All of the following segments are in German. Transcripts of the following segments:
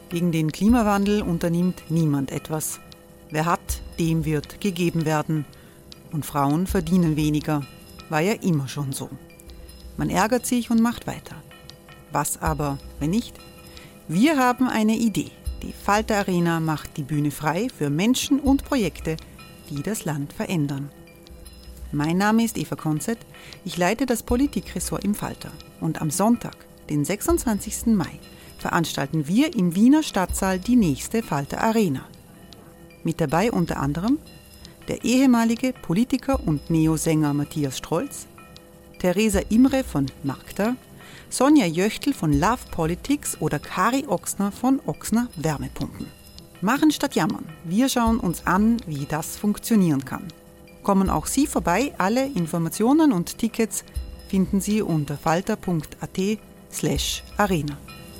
Gegen den Klimawandel unternimmt niemand etwas. Wer hat, dem wird gegeben werden. Und Frauen verdienen weniger. War ja immer schon so. Man ärgert sich und macht weiter. Was aber, wenn nicht? Wir haben eine Idee. Die Falter Arena macht die Bühne frei für Menschen und Projekte, die das Land verändern. Mein Name ist Eva Konzett. Ich leite das Politikressort im Falter. Und am Sonntag, den 26. Mai, veranstalten wir im Wiener Stadtsaal die nächste Falter Arena. Mit dabei unter anderem der ehemalige Politiker und Neosänger Matthias Strolz, Theresa Imre von Magda, Sonja Jöchtl von Love Politics oder Kari Ochsner von Ochsner Wärmepumpen. Machen statt jammern. Wir schauen uns an, wie das funktionieren kann. Kommen auch Sie vorbei. Alle Informationen und Tickets finden Sie unter falter.at/arena.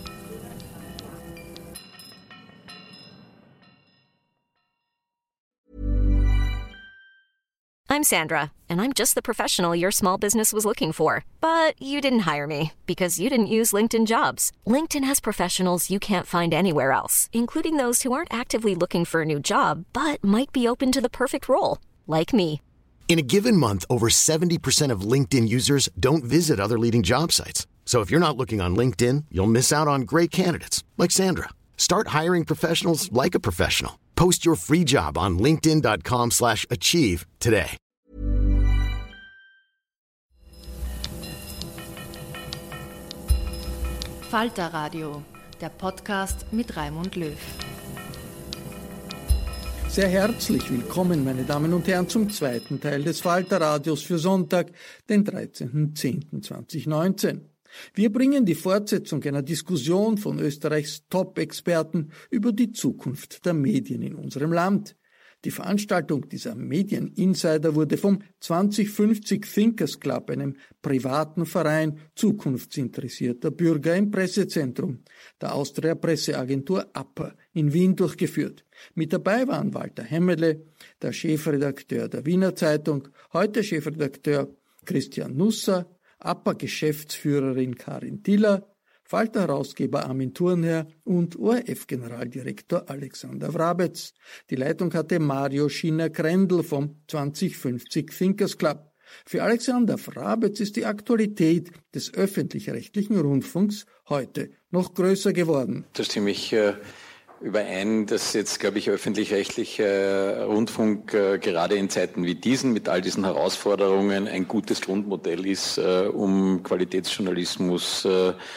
I'm Sandra, and I'm just the professional your small business was looking for. But you didn't hire me because you didn't use LinkedIn Jobs. LinkedIn has professionals you can't find anywhere else, including those who aren't actively looking for a new job, but might be open to the perfect role, like me. In a given month, over 70% of LinkedIn users don't visit other leading job sites. So if you're not looking on LinkedIn, you'll miss out on great candidates like Sandra. Start hiring professionals like a professional. Post your free job on linkedin.com/achieve today. Falter Radio, der Podcast mit Raimund Löw. Sehr herzlich willkommen, meine Damen und Herren, zum zweiten Teil des Falter Radios für Sonntag, den 13.10.2019. Wir bringen die Fortsetzung einer Diskussion von Österreichs Top-Experten über die Zukunft der Medien in unserem Land. Die Veranstaltung dieser Medieninsider wurde vom 2050 Thinkers Club, einem privaten Verein zukunftsinteressierter Bürger im Pressezentrum der Austria Presseagentur APA in Wien durchgeführt. Mit dabei waren Walter Hemmele, der Chefredakteur der Wiener Zeitung, heute Chefredakteur Christian Nusser, APA-Geschäftsführerin Karin Tiller, Falter-Herausgeber Armin Thurnherr und ORF-Generaldirektor Alexander Wrabetz. Die Leitung hatte Mario Schiner-Grendel vom 2050 Thinkers Club. Für Alexander Wrabetz ist die Aktualität des öffentlich-rechtlichen Rundfunks heute noch größer geworden. Da stimme ich überein, dass jetzt, glaube ich, öffentlich-rechtlicher Rundfunk gerade in Zeiten wie diesen, mit all diesen Herausforderungen, ein gutes Grundmodell ist, um Qualitätsjournalismus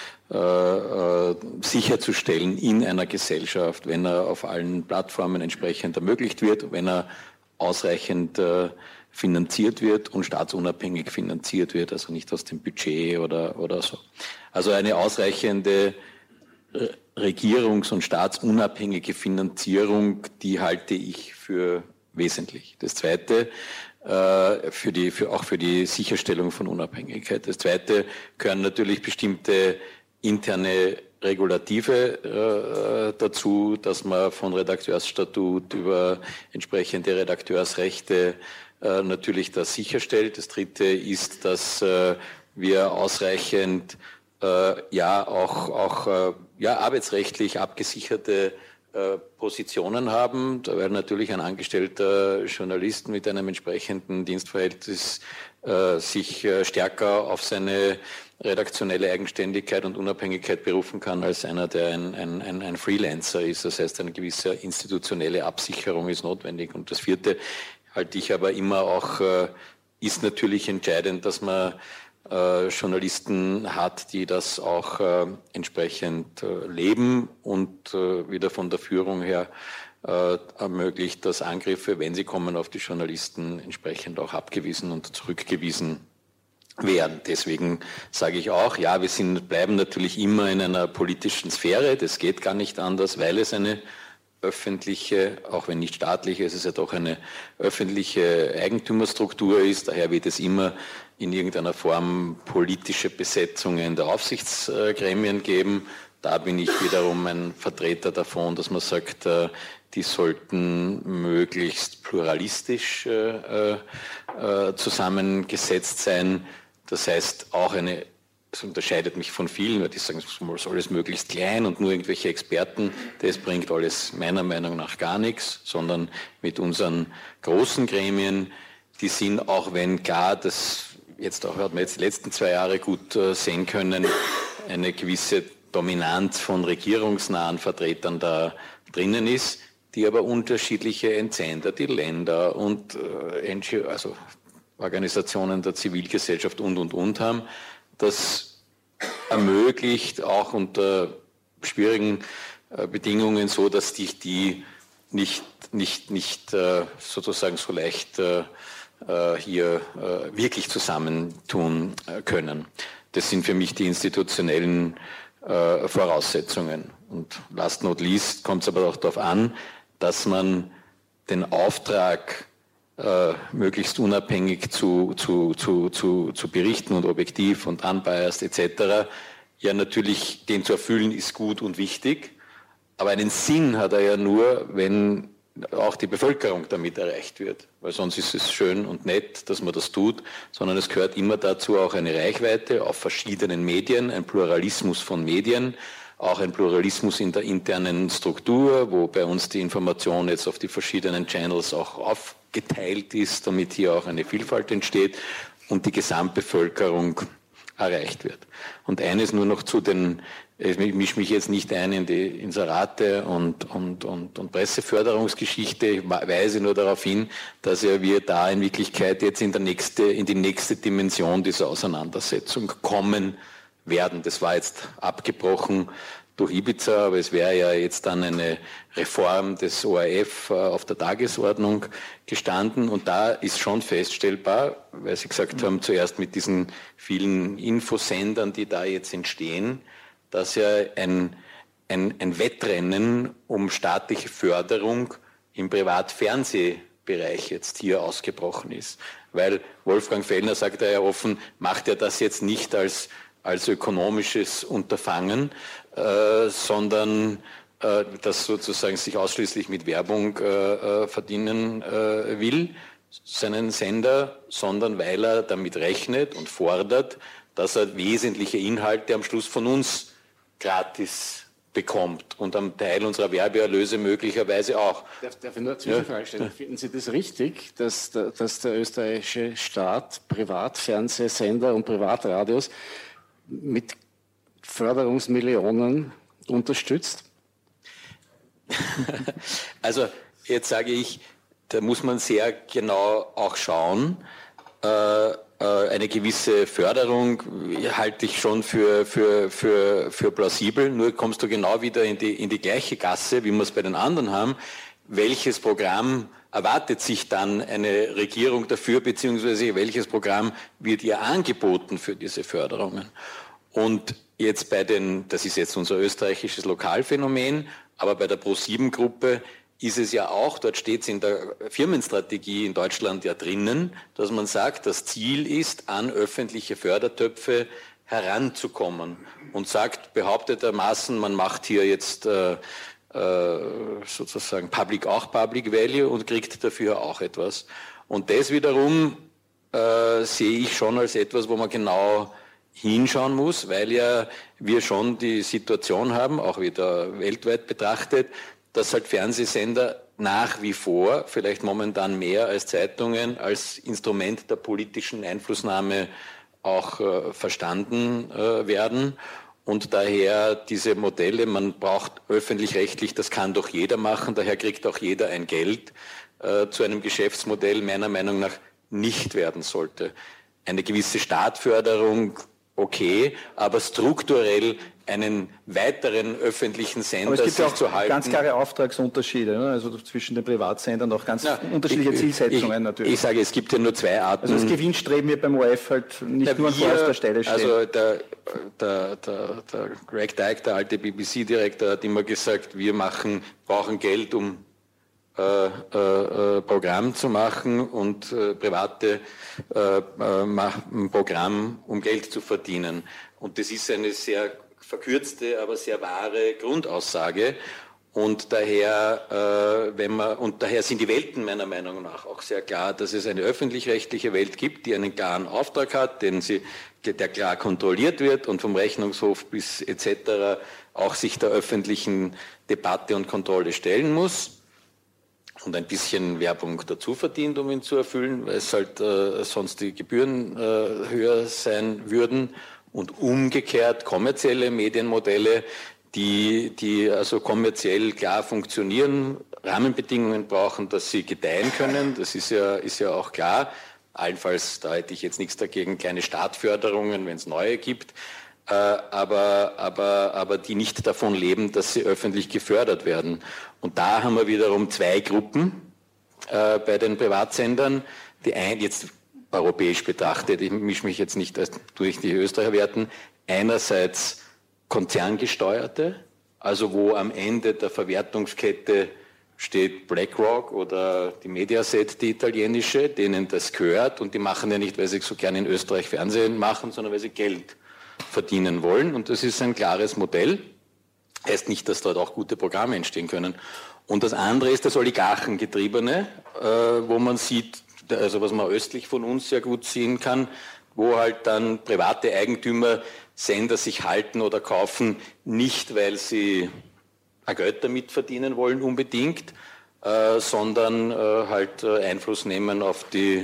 sicherzustellen in einer Gesellschaft, wenn er auf allen Plattformen entsprechend ermöglicht wird, wenn er ausreichend finanziert wird und staatsunabhängig finanziert wird, also nicht aus dem Budget oder so. Also eine ausreichende regierungs- und staatsunabhängige Finanzierung, die halte ich für wesentlich. Das Zweite, auch für die Sicherstellung von Unabhängigkeit. Das Zweite gehören natürlich bestimmte interne Regulative dazu, dass man von Redakteursstatut über entsprechende Redakteursrechte natürlich das sicherstellt. Das Dritte ist, dass wir ausreichend arbeitsrechtlich abgesicherte Positionen haben. Da wäre natürlich ein angestellter Journalist mit einem entsprechenden Dienstverhältnis sich stärker auf seine redaktionelle Eigenständigkeit und Unabhängigkeit berufen kann, als einer, der ein Freelancer ist. Das heißt, eine gewisse institutionelle Absicherung ist notwendig. Und das Vierte halte ich aber immer auch, ist natürlich entscheidend, dass man Journalisten hat, die das auch entsprechend leben und wieder von der Führung her ermöglicht, dass Angriffe, wenn sie kommen, auf die Journalisten entsprechend auch abgewiesen und zurückgewiesen werden. Deswegen sage ich auch, ja, wir bleiben natürlich immer in einer politischen Sphäre, das geht gar nicht anders, weil es eine öffentliche, auch wenn nicht staatliche, es ist ja doch eine öffentliche Eigentümerstruktur ist. Daher wird es immer in irgendeiner Form politische Besetzungen der Aufsichtsgremien geben. Da bin ich wiederum ein Vertreter davon, dass man sagt, die sollten möglichst pluralistisch zusammengesetzt sein. Das heißt, auch eine das unterscheidet mich von vielen, weil die sagen, es soll alles möglichst klein und nur irgendwelche Experten, das bringt alles meiner Meinung nach gar nichts, sondern mit unseren großen Gremien, die sind, auch wenn klar, das jetzt auch hat man jetzt die letzten 2 Jahre gut sehen können, eine gewisse Dominanz von regierungsnahen Vertretern da drinnen ist, die aber unterschiedliche Entsender, die Länder und NGO, also Organisationen der Zivilgesellschaft und haben, das ermöglicht auch unter schwierigen Bedingungen so, dass die nicht sozusagen so leicht hier wirklich zusammentun können. Das sind für mich die institutionellen Voraussetzungen. Und last not least kommt es aber auch darauf an, dass man den Auftrag möglichst unabhängig zu berichten und objektiv und unbiased etc. Ja, natürlich, den zu erfüllen ist gut und wichtig, aber einen Sinn hat er ja nur, wenn auch die Bevölkerung damit erreicht wird, weil sonst ist es schön und nett, dass man das tut, sondern es gehört immer dazu auch eine Reichweite auf verschiedenen Medien, ein Pluralismus von Medien, auch ein Pluralismus in der internen Struktur, wo bei uns die Information jetzt auf die verschiedenen Channels auch aufgeteilt ist, damit hier auch eine Vielfalt entsteht und die Gesamtbevölkerung erreicht wird. Und eines nur noch zu den, ich mische mich jetzt nicht ein in die Inserate und Presseförderungsgeschichte, ich weise nur darauf hin, dass ja wir da in Wirklichkeit jetzt in die nächste Dimension dieser Auseinandersetzung kommen werden. Das war jetzt abgebrochen durch Ibiza, aber es wäre ja jetzt dann eine Reform des ORF auf der Tagesordnung gestanden und da ist schon feststellbar, weil Sie gesagt haben, zuerst mit diesen vielen Infosendern, die da jetzt entstehen, dass ja ein Wettrennen um staatliche Förderung im Privatfernsehbereich jetzt hier ausgebrochen ist. Weil Wolfgang Fellner sagt ja offen, macht er das jetzt nicht als ökonomisches Unterfangen, sondern das sozusagen sich ausschließlich mit Werbung verdienen will, seinen Sender, sondern weil er damit rechnet und fordert, dass er wesentliche Inhalte am Schluss von uns gratis bekommt und am Teil unserer Werbeerlöse möglicherweise auch. Darf ich nur eine Zwischenfrage stellen? Ja. Finden Sie das richtig, dass der österreichische Staat Privatfernsehsender und Privatradios mit Förderungsmillionen unterstützt? Also jetzt sage ich, da muss man sehr genau auch schauen. Eine gewisse Förderung halte ich schon für plausibel, nur kommst du genau wieder in die gleiche Gasse, wie wir es bei den anderen haben. Welches Programm erwartet sich dann eine Regierung dafür, beziehungsweise welches Programm wird ihr angeboten für diese Förderungen? Und jetzt das ist jetzt unser österreichisches Lokalphänomen, aber bei der Pro7-Gruppe ist es ja auch, dort steht es in der Firmenstrategie in Deutschland ja drinnen, dass man sagt, das Ziel ist, an öffentliche Fördertöpfe heranzukommen und sagt behauptetermaßen, man macht hier jetzt sozusagen Public Value und kriegt dafür auch etwas. Und das wiederum sehe ich schon als etwas, wo man genau hinschauen muss, weil ja wir schon die Situation haben, auch wieder weltweit betrachtet, dass halt Fernsehsender nach wie vor, vielleicht momentan mehr als Zeitungen, als Instrument der politischen Einflussnahme auch verstanden werden. Und daher diese Modelle, man braucht öffentlich-rechtlich, das kann doch jeder machen, daher kriegt auch jeder ein Geld, zu einem Geschäftsmodell meiner Meinung nach nicht werden sollte. Eine gewisse Startförderung, okay, aber strukturell einen weiteren öffentlichen Sender sich zu halten. Aber es gibt ja auch ganz klare Auftragsunterschiede, ne? Also zwischen den Privatsendern auch ganz unterschiedliche Zielsetzungen natürlich. Ich sage, es gibt ja nur 2 Arten. Also das Gewinnstreben wird beim ORF halt nicht nur an vorderster Stelle stehen. Also der Greg Dyke, der alte BBC-Direktor, hat immer gesagt, wir brauchen Geld, um Programm zu machen und Private machen Programm, um Geld zu verdienen. Und das ist eine sehr verkürzte, aber sehr wahre Grundaussage. Und daher, daher sind die Welten meiner Meinung nach auch sehr klar, dass es eine öffentlich-rechtliche Welt gibt, die einen klaren Auftrag hat, der klar kontrolliert wird und vom Rechnungshof bis etc. auch sich der öffentlichen Debatte und Kontrolle stellen muss und ein bisschen Werbung dazu verdient, um ihn zu erfüllen, weil es halt sonst die Gebühren höher sein würden. Und umgekehrt kommerzielle Medienmodelle, die also kommerziell klar funktionieren, Rahmenbedingungen brauchen, dass sie gedeihen können. Das ist ja auch klar. Allenfalls, da hätte ich jetzt nichts dagegen, kleine Startförderungen, wenn es neue gibt, aber die nicht davon leben, dass sie öffentlich gefördert werden. Und da haben wir wiederum zwei Gruppen bei den Privatsendern. Die einen jetzt europäisch betrachtet, ich mische mich jetzt nicht durch die Österreicher werten, einerseits konzerngesteuerte, also wo am Ende der Verwertungskette steht BlackRock oder die Mediaset, die italienische, denen das gehört und die machen ja nicht, weil sie so gerne in Österreich Fernsehen machen, sondern weil sie Geld verdienen wollen und das ist ein klares Modell. Heißt nicht, dass dort auch gute Programme entstehen können. Und das andere ist das Oligarchengetriebene, wo man sieht, also was man östlich von uns sehr gut sehen kann, wo halt dann private Eigentümer Sender sich halten oder kaufen, nicht weil sie Geld damit verdienen wollen unbedingt, sondern halt Einfluss nehmen auf die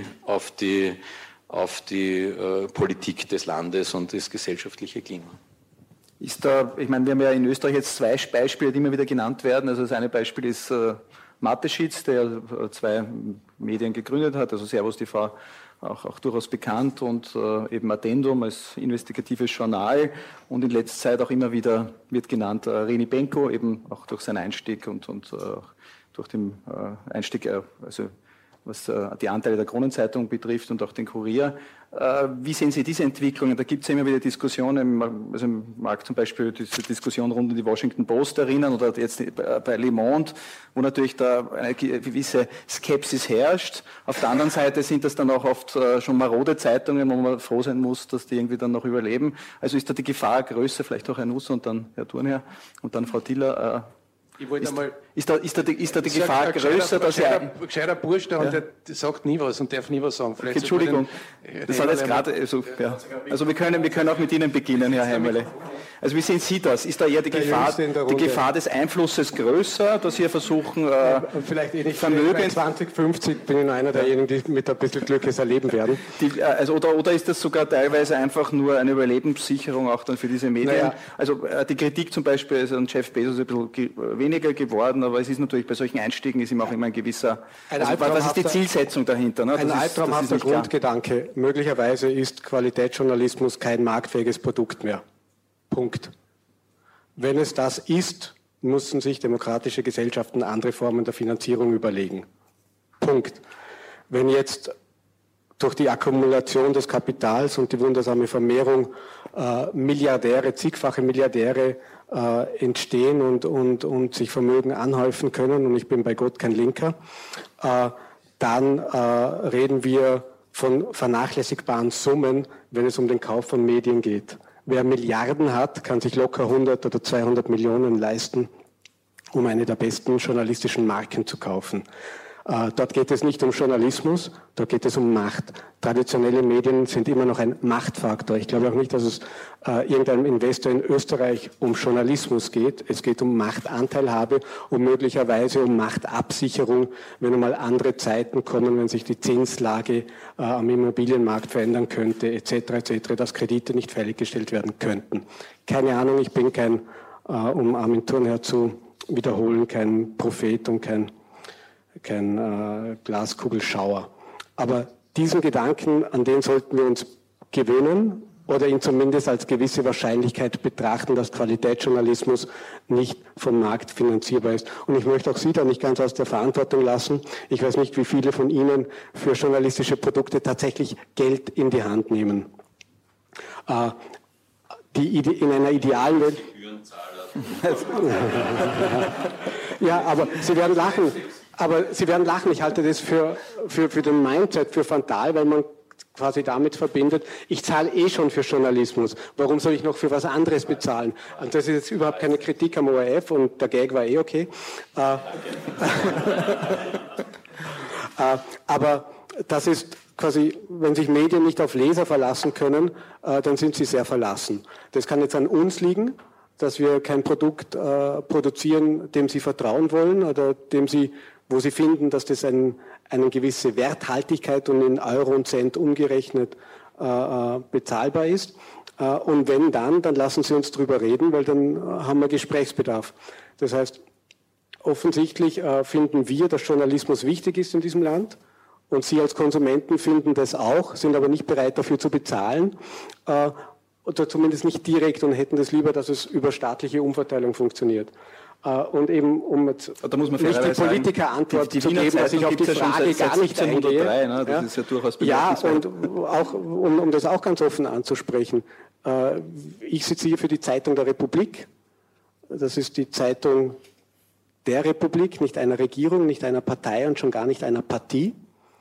Politik des Landes und das gesellschaftliche Klima. Ich meine, wir haben ja in Österreich jetzt zwei Beispiele, die immer wieder genannt werden. Also das eine Beispiel ist Mateschitz, der zwei Medien gegründet hat, also Servus TV, auch durchaus bekannt und eben Addendum als investigatives Journal und in letzter Zeit auch immer wieder wird genannt Reni Benko, eben auch durch seinen Einstieg und durch den Einstieg, also was die Anteile der Kronenzeitung betrifft und auch den Kurier. Wie sehen Sie diese Entwicklungen? Da gibt es ja immer wieder Diskussionen, also ich mag zum Beispiel diese Diskussion rund um die Washington Post erinnern oder jetzt bei Le Monde, wo natürlich da eine gewisse Skepsis herrscht. Auf der anderen Seite sind das dann auch oft schon marode Zeitungen, wo man froh sein muss, dass die irgendwie dann noch überleben. Also ist da die Gefahr größer, vielleicht auch Herr Nusser und dann Herr Thurnherr und dann Frau Tiller, ist da die Gefahr größer, dass er... Ein gescheiter Bursch, der sagt nie was und darf nie was sagen. Vielleicht Entschuldigung, das hat jetzt gerade... Also wir können auch mit Ihnen beginnen, Herr Heimerle. Also wie sehen Sie das? Ist da eher die Gefahr des Einflusses größer, dass Sie versuchen, vielleicht nicht Vermögen... 2050 bin ich noch einer derjenigen, die mit ein bisschen Glück es erleben werden. Oder ist das sogar teilweise einfach nur eine Überlebenssicherung auch dann für diese Medien? Naja. Also die Kritik zum Beispiel ist an Jeff Bezos ein bisschen weniger geworden, aber es ist natürlich bei solchen Einstiegen ist immer auch immer ein gewisser... was ist die Zielsetzung dahinter? Ne? Ein albtraumhafter Grundgedanke. Möglicherweise ist Qualitätsjournalismus kein marktfähiges Produkt mehr. Punkt. Wenn es das ist, müssen sich demokratische Gesellschaften andere Formen der Finanzierung überlegen. Punkt. Wenn jetzt durch die Akkumulation des Kapitals und die wundersame Vermehrung zigfache Milliardäre entstehen und sich Vermögen anhäufen können, und ich bin bei Gott kein Linker, dann reden wir von vernachlässigbaren Summen, wenn es um den Kauf von Medien geht. Wer Milliarden hat, kann sich locker 100 oder 200 Millionen leisten, um eine der besten journalistischen Marken zu kaufen. Dort geht es nicht um Journalismus, dort geht es um Macht. Traditionelle Medien sind immer noch ein Machtfaktor. Ich glaube auch nicht, dass es irgendeinem Investor in Österreich um Journalismus geht. Es geht um Machtanteilhabe und möglicherweise um Machtabsicherung, wenn einmal andere Zeiten kommen, wenn sich die Zinslage am Immobilienmarkt verändern könnte, etc., dass Kredite nicht fälliggestellt werden könnten. Keine Ahnung, ich bin kein, um Armin Thurnherr zu wiederholen, kein Prophet und kein Glaskugelschauer. Aber diesen Gedanken, an den sollten wir uns gewöhnen oder ihn zumindest als gewisse Wahrscheinlichkeit betrachten, dass Qualitätsjournalismus nicht vom Markt finanzierbar ist. Und ich möchte auch Sie da nicht ganz aus der Verantwortung lassen. Ich weiß nicht, wie viele von Ihnen für journalistische Produkte tatsächlich Geld in die Hand nehmen. In einer idealen Welt... Ja, aber Sie werden lachen. Ich halte das für den Mindset, für fatal, weil man quasi damit verbindet, ich zahle eh schon für Journalismus, warum soll ich noch für was anderes bezahlen? Und das ist jetzt überhaupt keine Kritik am ORF und der Gag war eh okay. Aber das ist quasi, wenn sich Medien nicht auf Leser verlassen können, dann sind sie sehr verlassen. Das kann jetzt an uns liegen, dass wir kein Produkt produzieren, dem sie vertrauen wollen oder dem sie, wo sie finden, dass das eine gewisse Werthaltigkeit und in Euro und Cent umgerechnet bezahlbar ist. Und wenn dann lassen sie uns drüber reden, weil dann haben wir Gesprächsbedarf. Das heißt, offensichtlich finden wir, dass Journalismus wichtig ist in diesem Land. Und Sie als Konsumenten finden das auch, sind aber nicht bereit dafür zu bezahlen. Oder zumindest nicht direkt und hätten das lieber, dass es über staatliche Umverteilung funktioniert. Und eben, um jetzt da muss man nicht die Politikerantwort zu geben, dass ich auf die Frage gar nicht eingehe. Ne? Das ist ja durchaus bemerkenswert. Und auch, um das auch ganz offen anzusprechen, ich sitze hier für die Zeitung der Republik. Das ist die Zeitung der Republik, nicht einer Regierung, nicht einer Partei und schon gar nicht einer Partie.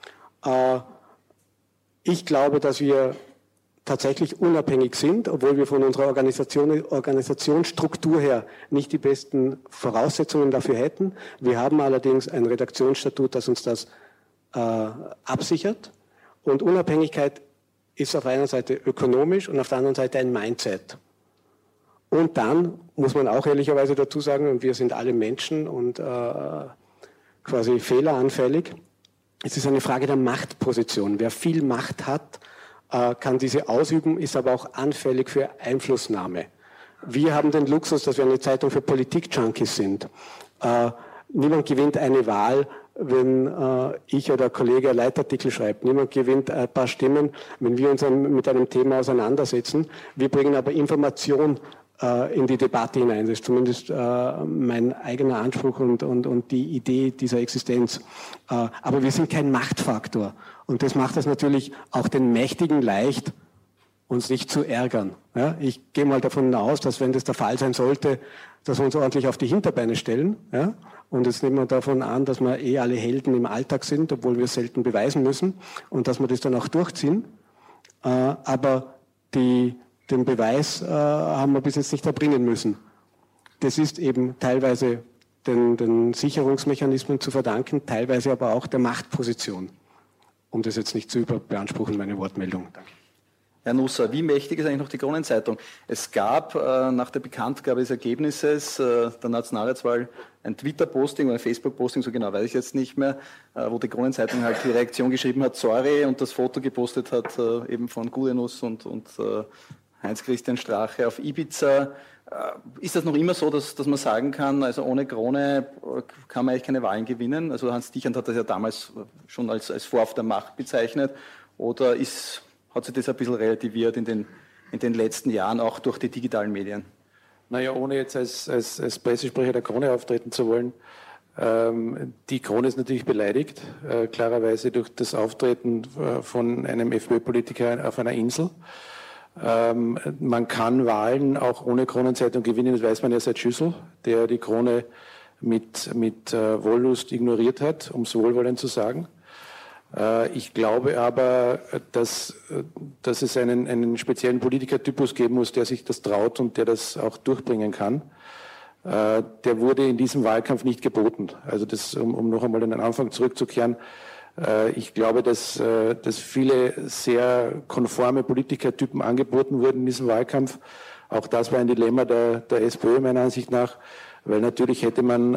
Ich glaube, dass wir tatsächlich unabhängig sind, obwohl wir von unserer Organisationsstruktur her nicht die besten Voraussetzungen dafür hätten. Wir haben allerdings ein Redaktionsstatut, das uns das absichert. Und Unabhängigkeit ist auf einer Seite ökonomisch und auf der anderen Seite ein Mindset. Und dann muss man auch ehrlicherweise dazu sagen, und wir sind alle Menschen und quasi fehleranfällig, es ist eine Frage der Machtposition. Wer viel Macht hat, kann diese ausüben, ist aber auch anfällig für Einflussnahme. Wir haben den Luxus, dass wir eine Zeitung für Politik-Junkies sind. Niemand gewinnt eine Wahl, wenn ich oder ein Kollege einen Leitartikel schreibt. Niemand gewinnt ein paar Stimmen, wenn wir uns mit einem Thema auseinandersetzen. Wir bringen aber Information in die Debatte hinein. Das ist zumindest mein eigener Anspruch und die Idee dieser Existenz. Aber wir sind kein Machtfaktor. Und das macht es natürlich auch den Mächtigen leicht, uns nicht zu ärgern. Ja, ich gehe mal davon aus, dass wenn das der Fall sein sollte, dass wir uns ordentlich auf die Hinterbeine stellen. Ja? Und jetzt nehmen wir davon an, dass wir eh alle Helden im Alltag sind, obwohl wir es selten beweisen müssen und dass wir das dann auch durchziehen. Aber den Beweis haben wir bis jetzt nicht erbringen müssen. Das ist eben teilweise den Sicherungsmechanismen zu verdanken, teilweise aber auch der Machtposition. Um das jetzt nicht zu überbeanspruchen, meine Wortmeldung. Danke. Herr Nusser, wie mächtig ist eigentlich noch die Kronenzeitung? Es gab nach der Bekanntgabe des Ergebnisses der Nationalratswahl ein Twitter-Posting oder ein Facebook-Posting, so genau weiß ich jetzt nicht mehr, wo die Kronenzeitung halt die Reaktion geschrieben hat, sorry, und das Foto gepostet hat eben von Gudenus und Heinz-Christian Strache auf Ibiza. Ist das noch immer so, dass man sagen kann, also ohne Krone kann man eigentlich keine Wahlen gewinnen? Also Hans Dichand hat das ja damals schon als Vorwurf der Macht bezeichnet. Oder hat sich das ein bisschen relativiert in den letzten Jahren, auch durch die digitalen Medien? Naja, ohne jetzt als Pressesprecher der Krone auftreten zu wollen, die Krone ist natürlich beleidigt, klarerweise durch das Auftreten von einem FPÖ-Politiker auf einer Insel. Man kann Wahlen auch ohne Kronenzeitung gewinnen, das weiß man ja seit Schüssel, der die Krone mit Wollust ignoriert hat, um es wohlwollend zu sagen. Ich glaube aber, dass es einen speziellen Politikertypus geben muss, der sich das traut und der das auch durchbringen kann. Der wurde in diesem Wahlkampf nicht geboten. Also das, um noch einmal an den Anfang zurückzukehren, ich glaube, dass viele sehr konforme Politikertypen angeboten wurden in diesem Wahlkampf. Auch das war ein Dilemma der SPÖ meiner Ansicht nach, weil natürlich hätte man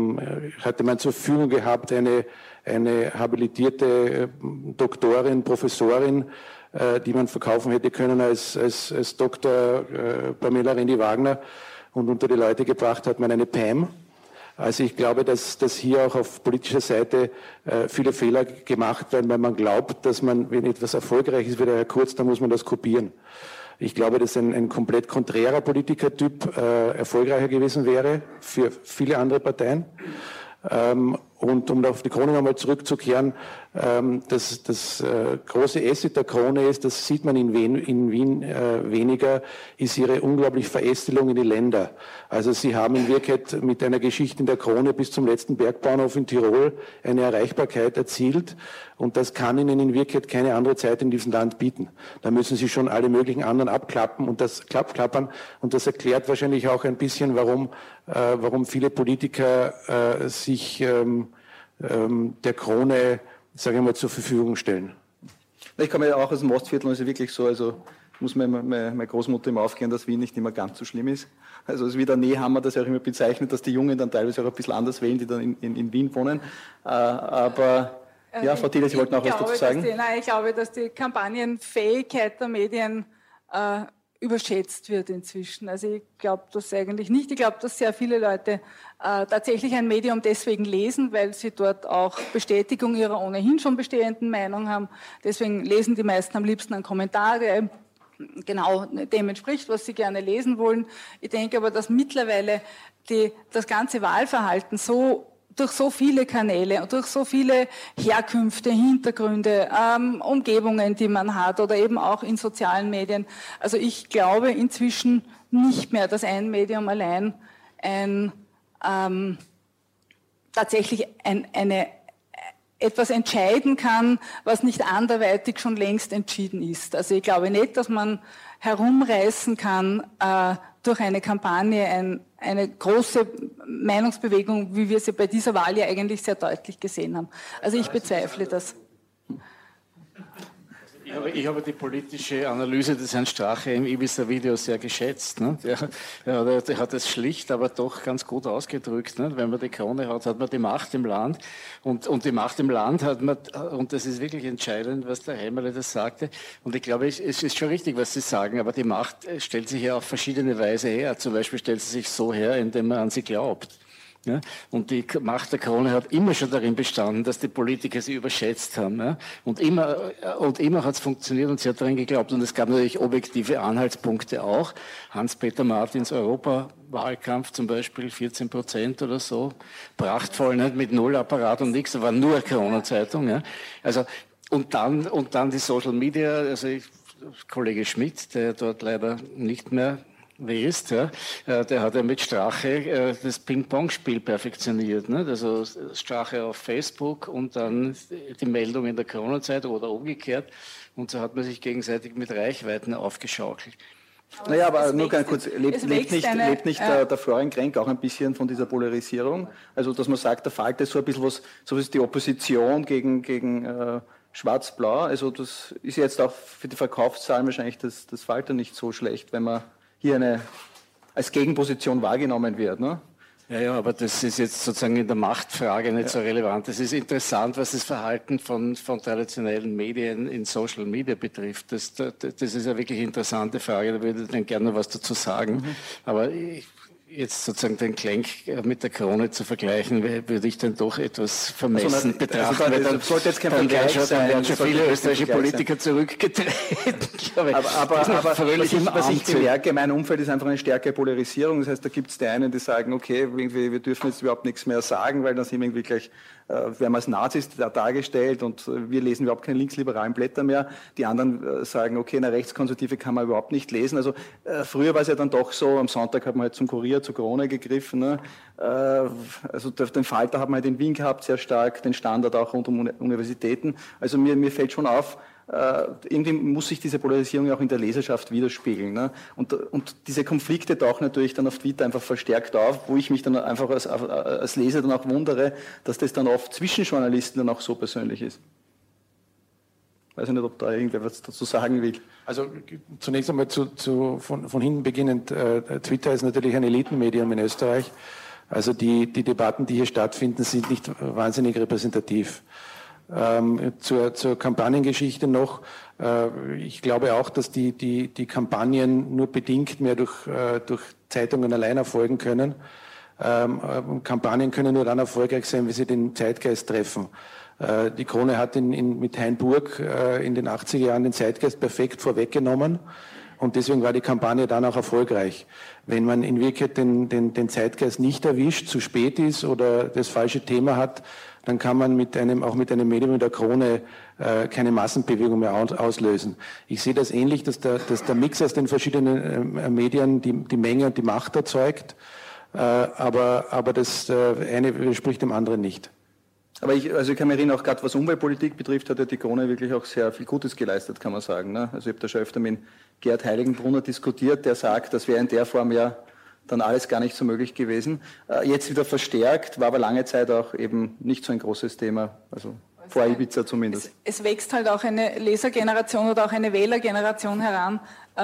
zur Verfügung gehabt eine habilitierte Doktorin, Professorin, die man verkaufen hätte können als Dr. Pamela Rendi-Wagner, und unter die Leute gebracht hat man eine Pam. Also ich glaube, dass hier auch auf politischer Seite viele Fehler gemacht werden, weil man glaubt, dass man, wenn etwas erfolgreich ist wie der Herr Kurz, dann muss man das kopieren. Ich glaube, dass ein komplett konträrer Politikertyp erfolgreicher gewesen wäre für viele andere Parteien. Und um auf die Krone nochmal zurückzukehren, das große Asset der Krone ist, das sieht man in Wien weniger, ist ihre unglaubliche Verästelung in die Länder. Also sie haben in Wirklichkeit mit einer Geschichte in der Krone bis zum letzten Bergbauernhof in Tirol eine Erreichbarkeit erzielt. Und das kann ihnen in Wirklichkeit keine andere Zeit in diesem Land bieten. Da müssen sie schon alle möglichen anderen abklappern. Und das erklärt wahrscheinlich auch ein bisschen, warum viele Politiker sich der Krone, sage ich mal, zur Verfügung stellen. Ich komme ja auch aus dem Ostviertel und es ist wirklich so, also muss meine Großmutter immer aufklären, dass Wien nicht immer ganz so schlimm ist. Also es ist wie der Nehammer, das ja auch immer bezeichnet, dass die Jungen dann teilweise auch ein bisschen anders wählen, die dann in Wien wohnen. Aber ja, Frau Thiele, Sie wollten auch was dazu sagen? Ich glaube, dass die Kampagnenfähigkeit der Medien überschätzt wird inzwischen. Also ich glaube das eigentlich nicht. Ich glaube, dass sehr viele Leute tatsächlich ein Medium deswegen lesen, weil sie dort auch Bestätigung ihrer ohnehin schon bestehenden Meinung haben. Deswegen lesen die meisten am liebsten einen Kommentar, der genau dem entspricht, was sie gerne lesen wollen. Ich denke aber, dass mittlerweile das ganze Wahlverhalten durch so viele Kanäle und durch so viele Herkünfte, Hintergründe, Umgebungen, die man hat oder eben auch in sozialen Medien. Also ich glaube inzwischen nicht mehr, dass ein Medium allein tatsächlich etwas entscheiden kann, was nicht anderweitig schon längst entschieden ist. Also ich glaube nicht, dass man herumreißen kann durch eine Kampagne eine große Meinungsbewegung, wie wir sie bei dieser Wahl ja eigentlich sehr deutlich gesehen haben. Also ich bezweifle das. Ich habe die politische Analyse des Herrn Strache im Ibiza-Video sehr geschätzt. Ne? Der hat es schlicht, aber doch ganz gut ausgedrückt. Ne? Wenn man die Krone hat, hat man die Macht im Land. Und die Macht im Land hat man, und das ist wirklich entscheidend, was der Hämmerle das sagte. Und ich glaube, es ist schon richtig, was Sie sagen, aber die Macht stellt sich ja auf verschiedene Weise her. Zum Beispiel stellt sie sich so her, indem man an sie glaubt. Ja, und die Macht der Krone hat immer schon darin bestanden, dass die Politiker sie überschätzt haben. Ja, und immer hat es funktioniert und sie hat darin geglaubt. Und es gab natürlich objektive Anhaltspunkte auch. Hans-Peter Martins Europawahlkampf zum Beispiel, 14% oder so. Prachtvoll, nicht mit Nullapparat und nichts, da war nur Kronenzeitung. Ja. Also, und dann die Social Media, also Kollege Schmidt, der dort leider nicht mehr ist, ja, der hat ja mit Strache das Ping-Pong-Spiel perfektioniert. Ne? Also Strache auf Facebook und dann die Meldung in der Kronenzeitung oder umgekehrt. Und so hat man sich gegenseitig mit Reichweiten aufgeschaukelt. Naja, aber nur ganz kurz, lebt nicht der Florian Krenk auch ein bisschen von dieser Polarisierung? Also, dass man sagt, der Falter ist so ein bisschen was, so ist die Opposition gegen Schwarz-Blau. Also, das ist jetzt auch für die Verkaufszahlen wahrscheinlich das Falter nicht so schlecht, wenn man hier als Gegenposition wahrgenommen wird, ne? Ja, aber das ist jetzt sozusagen in der Machtfrage nicht so relevant. Es ist interessant, was das Verhalten von traditionellen Medien in Social Media betrifft. Das ist eine wirklich interessante Frage, da würde ich dann gerne was dazu sagen. Aber jetzt sozusagen den Klenk mit der Krone zu vergleichen, würde ich dann doch etwas vermessen betrachten. Also dann sollte jetzt kein Vergleich sein. Dann werden schon viele österreichische Politiker zurückgetreten. Aber was ich bemerke, mein Umfeld ist einfach eine stärkere Polarisierung. Das heißt, da gibt es die einen, die sagen, okay, wir dürfen jetzt überhaupt nichts mehr sagen, weil dann sind wir irgendwie gleich, werden wir als Nazis dargestellt und wir lesen überhaupt keine linksliberalen Blätter mehr. Die anderen sagen, okay, eine Rechtskonservative kann man überhaupt nicht lesen. Also früher war es ja dann doch so, am Sonntag hat man halt zum Kurier, zur Krone gegriffen. Ne? Also den Falter hat man halt in Wien gehabt, sehr stark, den Standard auch rund um Universitäten. Also mir fällt schon auf, irgendwie muss sich diese Polarisierung auch in der Leserschaft widerspiegeln. Ne? Und diese Konflikte tauchen natürlich dann auf Twitter einfach verstärkt auf, wo ich mich dann einfach als Leser dann auch wundere, dass das dann oft zwischen Journalisten dann auch so persönlich ist. Ich weiß nicht, ob da irgendwer was dazu sagen will. Also zunächst einmal von hinten beginnend, Twitter ist natürlich ein Elitenmedium in Österreich. Also die Debatten, die hier stattfinden, sind nicht wahnsinnig repräsentativ. Zur Kampagnengeschichte noch. Ich glaube auch, dass die Kampagnen nur bedingt mehr durch Zeitungen allein erfolgen können. Kampagnen können nur dann erfolgreich sein, wenn sie den Zeitgeist treffen. Die Krone hat mit Hainburg in den 80er Jahren den Zeitgeist perfekt vorweggenommen. Und deswegen war die Kampagne dann auch erfolgreich. Wenn man in Wirklichkeit den Zeitgeist nicht erwischt, zu spät ist oder das falsche Thema hat, dann kann man auch mit einem Medium wie der Krone keine Massenbewegung mehr auslösen. Ich sehe das ähnlich, dass der Mix aus den verschiedenen Medien die Menge und die Macht erzeugt, aber das eine widerspricht dem anderen nicht. Aber ich kann mich erinnern, auch gerade was Umweltpolitik betrifft, hat ja die Krone wirklich auch sehr viel Gutes geleistet, kann man sagen. Ne? Also ich habe da schon öfter mit Gerd Heiligenbrunner diskutiert, der sagt, das wäre in der Form ja dann alles gar nicht so möglich gewesen. Jetzt wieder verstärkt, war aber lange Zeit auch eben nicht so ein großes Thema, also vor Ibiza zumindest. Es wächst halt auch eine Lesergeneration oder auch eine Wählergeneration heran,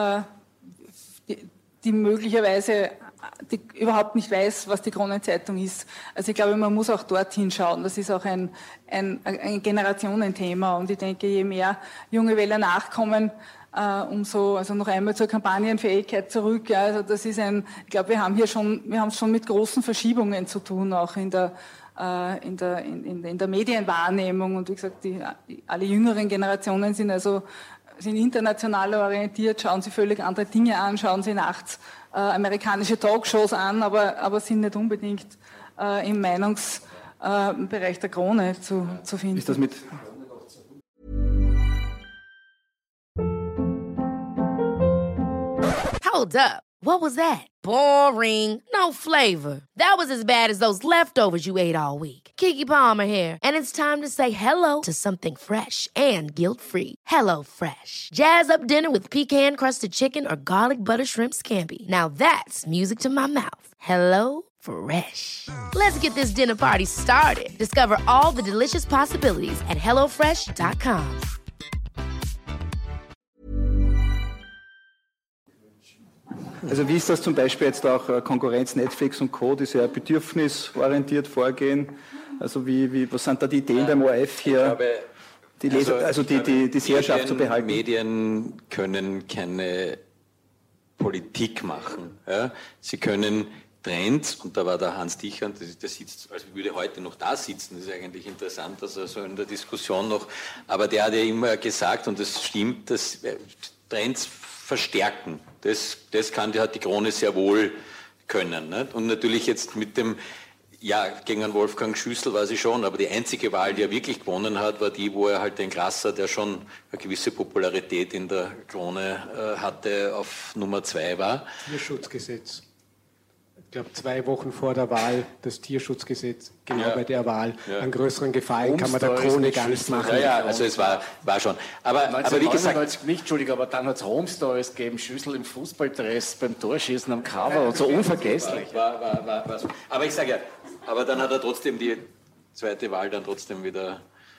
die möglicherweise überhaupt nicht weiß, was die Kronenzeitung ist. Also ich glaube, man muss auch dorthin schauen. Das ist auch ein Generationenthema. Und ich denke, je mehr junge Wähler nachkommen, umso, also noch einmal zur Kampagnenfähigkeit zurück. Ja, also das ist ich glaube, wir haben es schon mit großen Verschiebungen zu tun, auch in der Medienwahrnehmung. Und wie gesagt, alle jüngeren Generationen sind international orientiert, schauen sie völlig andere Dinge an, schauen sie nachts amerikanische Talkshows an, aber sind nicht unbedingt im Meinungsbereich der Krone zu finden. Ist das mit Hold up. What was that? Boring. No flavor. That was as bad as those leftovers you ate all week. Keke Palmer here, and it's time to say hello to something fresh and guilt-free. Hello Fresh. Jazz up dinner with pecan-crusted chicken or garlic butter shrimp scampi. Now that's music to my mouth. Hello Fresh. Let's get this dinner party started. Discover all the delicious possibilities at hellofresh.com. Also wie ist das zum Beispiel jetzt auch Konkurrenz, Netflix und Co., die sehr bedürfnisorientiert vorgehen? Also was sind da die Ideen beim ORF hier, die Seherschaft zu behalten? Medien können keine Politik machen. Ja? Sie können Trends, und da war der Hans Dichand, der sitzt, also würde heute noch da sitzen, das ist eigentlich interessant, dass er so in der Diskussion noch, aber der hat ja immer gesagt, und das stimmt, dass Trends verstärken. Das hat die Krone sehr wohl können. Nicht? Und natürlich jetzt mit dem, ja, gegen Wolfgang Schüssel war sie schon, aber die einzige Wahl, die er wirklich gewonnen hat, war die, wo er halt den Grasser, der schon eine gewisse Popularität in der Krone hatte, auf Nummer 2 war. Tierschutzgesetz. Ich glaube, 2 Wochen vor der Wahl das Tierschutzgesetz, bei der Wahl. Ja. Einen größeren Gefallen kann man der Krone gar nicht machen. Ja, also es war schon. Aber wie gesagt... Nicht, Entschuldigung, aber dann hat es Home Stories gegeben, Schüssel im Fußballdress beim Torschießen am Cover und so unvergesslich. War so. Aber ich sage ja, aber dann hat er trotzdem die zweite Wahl dann trotzdem wieder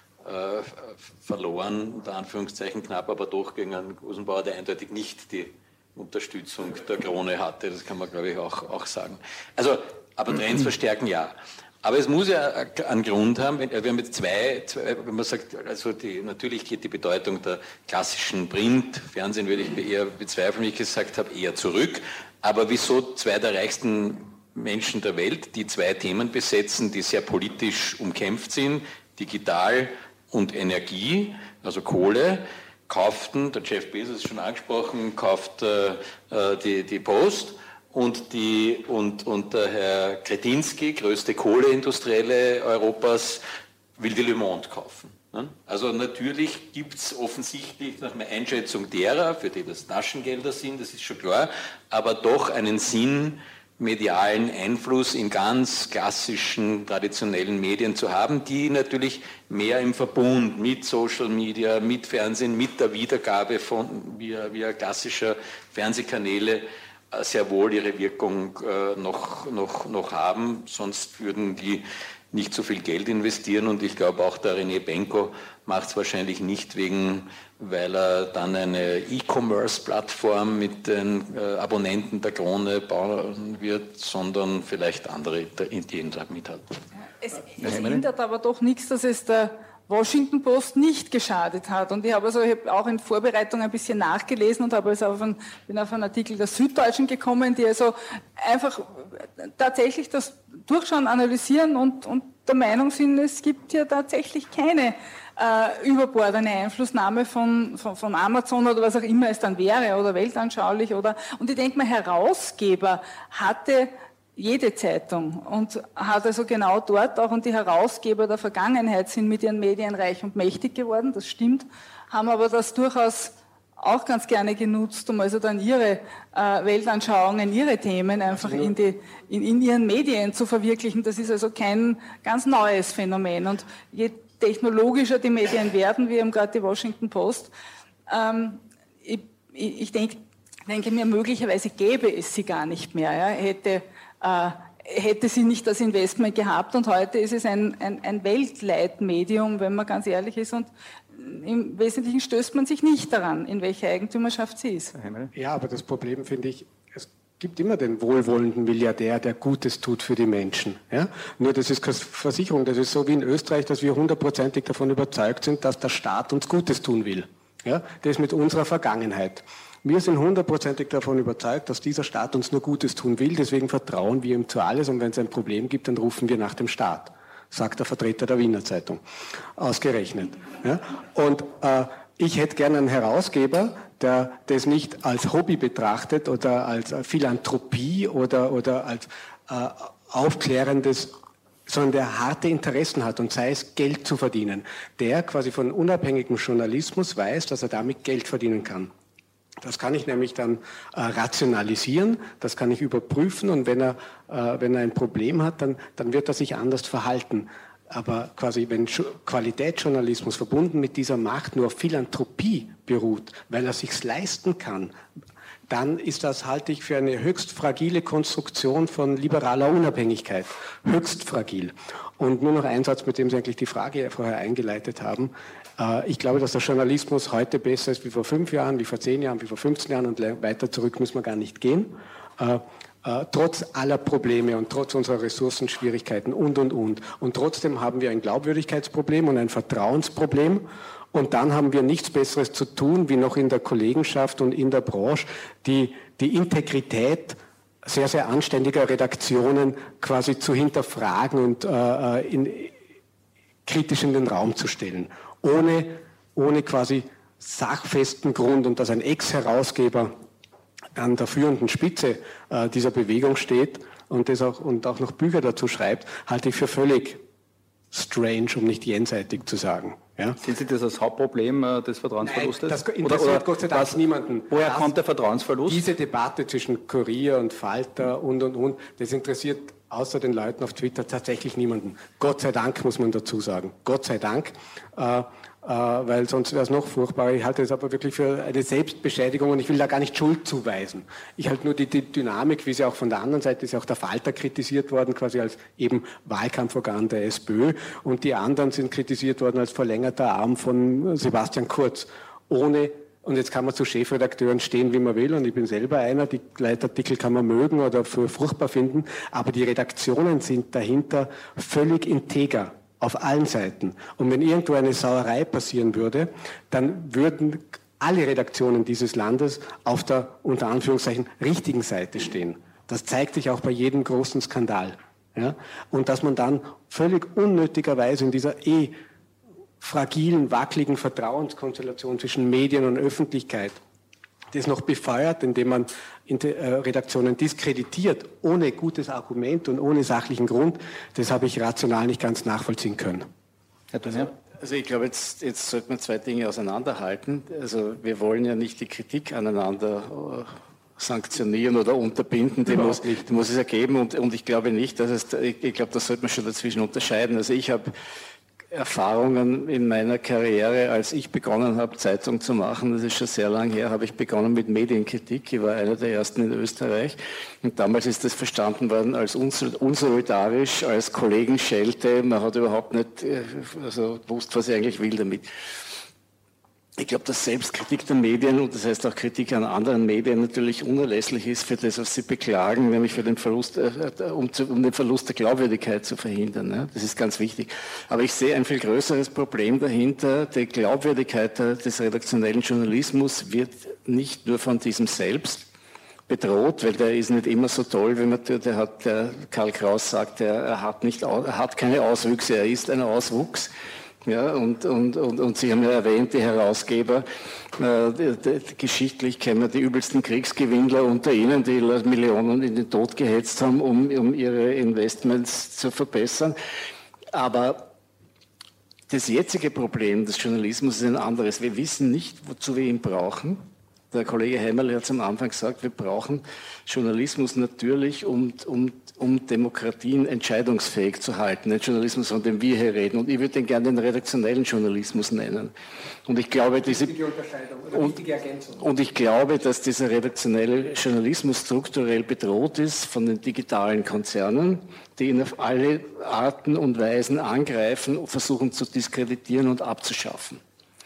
verloren, unter Anführungszeichen knapp, aber doch gegen einen Gusenbauer, der eindeutig nicht die Unterstützung der Krone hatte, das kann man, glaube ich, auch sagen. Also, aber Trends verstärken ja. Aber es muss ja einen Grund haben, wir haben jetzt wenn man sagt, also natürlich geht die Bedeutung der klassischen Print, Fernsehen würde ich eher bezweifeln, wie ich gesagt habe, eher zurück. Aber wieso 2 der reichsten Menschen der Welt, die 2 Themen besetzen, die sehr politisch umkämpft sind, digital und Energie, also Kohle, kauften, der Jeff Bezos ist schon angesprochen, kauft die Post und der Herr Kretinsky, größte Kohleindustrielle Europas, will die Le Monde kaufen. Ne? Also natürlich gibt es offensichtlich nach meiner Einschätzung derer, für die das Taschengelder sind, das ist schon klar, aber doch einen medialen Einfluss in ganz klassischen, traditionellen Medien zu haben, die natürlich mehr im Verbund mit Social Media, mit Fernsehen, mit der Wiedergabe von via klassischer Fernsehkanäle sehr wohl ihre Wirkung noch haben, sonst würden die nicht so viel Geld investieren und ich glaube auch der René Benko macht es wahrscheinlich nicht weil er dann eine E-Commerce-Plattform mit den Abonnenten der Krone bauen wird, sondern vielleicht andere Ideen damit hat. Es ändert aber doch nichts, dass es der Washington Post nicht geschadet hat. Und ich habe auch in Vorbereitung ein bisschen nachgelesen und bin auf einen Artikel der Süddeutschen gekommen, die also einfach tatsächlich das durchschauen, analysieren und der Meinung sind, es gibt hier tatsächlich keine überbordene Einflussnahme von Amazon oder was auch immer es dann wäre oder weltanschaulich und ich denke mal, Herausgeber hatte jede Zeitung und hat also genau dort auch, und die Herausgeber der Vergangenheit sind mit ihren Medien reich und mächtig geworden, das stimmt, haben aber das durchaus auch ganz gerne genutzt, um also dann ihre Weltanschauungen, ihre Themen einfach in ihren Medien zu verwirklichen. Das ist also kein ganz neues Phänomen. Und je technologischer die Medien werden, wir haben gerade die Washington Post, ich denke mir, möglicherweise gäbe es sie gar nicht mehr. Ja? Hätte sie nicht das Investment gehabt, und heute ist es ein Weltleitmedium, wenn man ganz ehrlich ist, und im Wesentlichen stößt man sich nicht daran, in welcher Eigentümerschaft sie ist. Ja, aber das Problem finde ich, es gibt immer den wohlwollenden Milliardär, der Gutes tut für die Menschen. Ja? Nur das ist keine Versicherung, das ist so wie in Österreich, dass wir 100%ig davon überzeugt sind, dass der Staat uns Gutes tun will. Ja? Das ist mit unserer Vergangenheit. Wir sind 100%ig davon überzeugt, dass dieser Staat uns nur Gutes tun will, deswegen vertrauen wir ihm zu alles, und wenn es ein Problem gibt, dann rufen wir nach dem Staat, sagt der Vertreter der Wiener Zeitung, ausgerechnet. Ja? Und ich hätte gerne einen Herausgeber, der das nicht als Hobby betrachtet oder als Philanthropie oder als aufklärendes, sondern der harte Interessen hat, und sei es Geld zu verdienen, der quasi von unabhängigem Journalismus weiß, dass er damit Geld verdienen kann. Das kann ich nämlich dann rationalisieren, das kann ich überprüfen, und wenn er ein Problem hat, dann wird er sich anders verhalten. Aber quasi, wenn Qualitätsjournalismus verbunden mit dieser Macht nur auf Philanthropie beruht, weil er sich's leisten kann, dann ist das, halte ich für eine höchst fragile Konstruktion von liberaler Unabhängigkeit. Höchst fragil. Und nur noch ein Satz, mit dem Sie eigentlich die Frage vorher eingeleitet haben. Ich glaube, dass der Journalismus heute besser ist wie vor 5 Jahren, wie vor 10 Jahren, wie vor 15 Jahren, und weiter zurück müssen wir gar nicht gehen. Trotz aller Probleme und trotz unserer Ressourcenschwierigkeiten und. Und trotzdem haben wir ein Glaubwürdigkeitsproblem und ein Vertrauensproblem. Und dann haben wir nichts Besseres zu tun, wie noch in der Kollegenschaft und in der Branche die Integrität sehr, sehr anständiger Redaktionen quasi zu hinterfragen und kritisch in den Raum zu stellen. Ohne quasi sachfesten Grund, und dass ein Ex-Herausgeber an der führenden Spitze dieser Bewegung steht und auch noch Bücher dazu schreibt, halte ich für völlig strange, um nicht jenseitig zu sagen. Ja? Sehen Sie das als Hauptproblem des Vertrauensverlustes? Nein, das interessiert Gott sei Dank niemanden. Woher kommt der Vertrauensverlust? Diese Debatte zwischen Kurier und Falter und, das interessiert außer den Leuten auf Twitter tatsächlich niemanden. Gott sei Dank, muss man dazu sagen. Gott sei Dank. Weil sonst wäre es noch furchtbarer. Ich halte es aber wirklich für eine Selbstbeschädigung, und ich will da gar nicht Schuld zuweisen. Ich halte nur die Dynamik, wie sie auch von der anderen Seite ist, auch der Falter kritisiert worden, quasi als eben Wahlkampforgan der SPÖ, und die anderen sind kritisiert worden als verlängerter Arm von Sebastian Kurz. Und jetzt kann man zu Chefredakteuren stehen, wie man will, und ich bin selber einer, die Leitartikel kann man mögen oder für furchtbar finden, aber die Redaktionen sind dahinter völlig integer. Auf allen Seiten. Und wenn irgendwo eine Sauerei passieren würde, dann würden alle Redaktionen dieses Landes auf der, unter Anführungszeichen, richtigen Seite stehen. Das zeigt sich auch bei jedem großen Skandal. Ja? Und dass man dann völlig unnötigerweise in dieser fragilen, wackeligen Vertrauenskonstellation zwischen Medien und Öffentlichkeit das noch befeuert, indem man Redaktionen diskreditiert, ohne gutes Argument und ohne sachlichen Grund, das habe ich rational nicht ganz nachvollziehen können. Also ich glaube, jetzt sollte man 2 Dinge auseinanderhalten. Also wir wollen ja nicht die Kritik aneinander sanktionieren oder unterbinden, die muss es ja geben, und ich glaube nicht, ich glaube, das sollte man schon dazwischen unterscheiden. Also ich habe Erfahrungen in meiner Karriere, als ich begonnen habe, Zeitung zu machen, das ist schon sehr lang her, habe ich begonnen mit Medienkritik. Ich war einer der ersten in Österreich, und damals ist das verstanden worden als unsolidarisch, als Kollegenschelte. Man hat überhaupt nicht gewusst, was ich eigentlich will damit. Ich glaube, dass Selbstkritik der Medien, und das heißt auch Kritik an anderen Medien, natürlich unerlässlich ist für das, was sie beklagen, nämlich für den Verlust, um den Verlust der Glaubwürdigkeit zu verhindern. Ne? Das ist ganz wichtig. Aber ich sehe ein viel größeres Problem dahinter. Die Glaubwürdigkeit des redaktionellen Journalismus wird nicht nur von diesem selbst bedroht, weil der ist nicht immer so toll, wie der Karl Kraus sagt, er hat keine Auswüchse, er ist ein Auswuchs. Ja, und Sie haben ja erwähnt, die Herausgeber, geschichtlich kennen wir die übelsten Kriegsgewinnler unter ihnen, die Millionen in den Tod gehetzt haben, um ihre Investments zu verbessern. Aber das jetzige Problem des Journalismus ist ein anderes. Wir wissen nicht, wozu wir ihn brauchen. Der Kollege Hämmerle hat es am Anfang gesagt, wir brauchen Journalismus natürlich, um Demokratien entscheidungsfähig zu halten. Den Journalismus, von dem wir hier reden. Und ich würde den gerne den redaktionellen Journalismus nennen. Und ich glaube, ich glaube, dass dieser redaktionelle Journalismus strukturell bedroht ist von den digitalen Konzernen, die ihn auf alle Arten und Weisen angreifen und versuchen zu diskreditieren und abzuschaffen.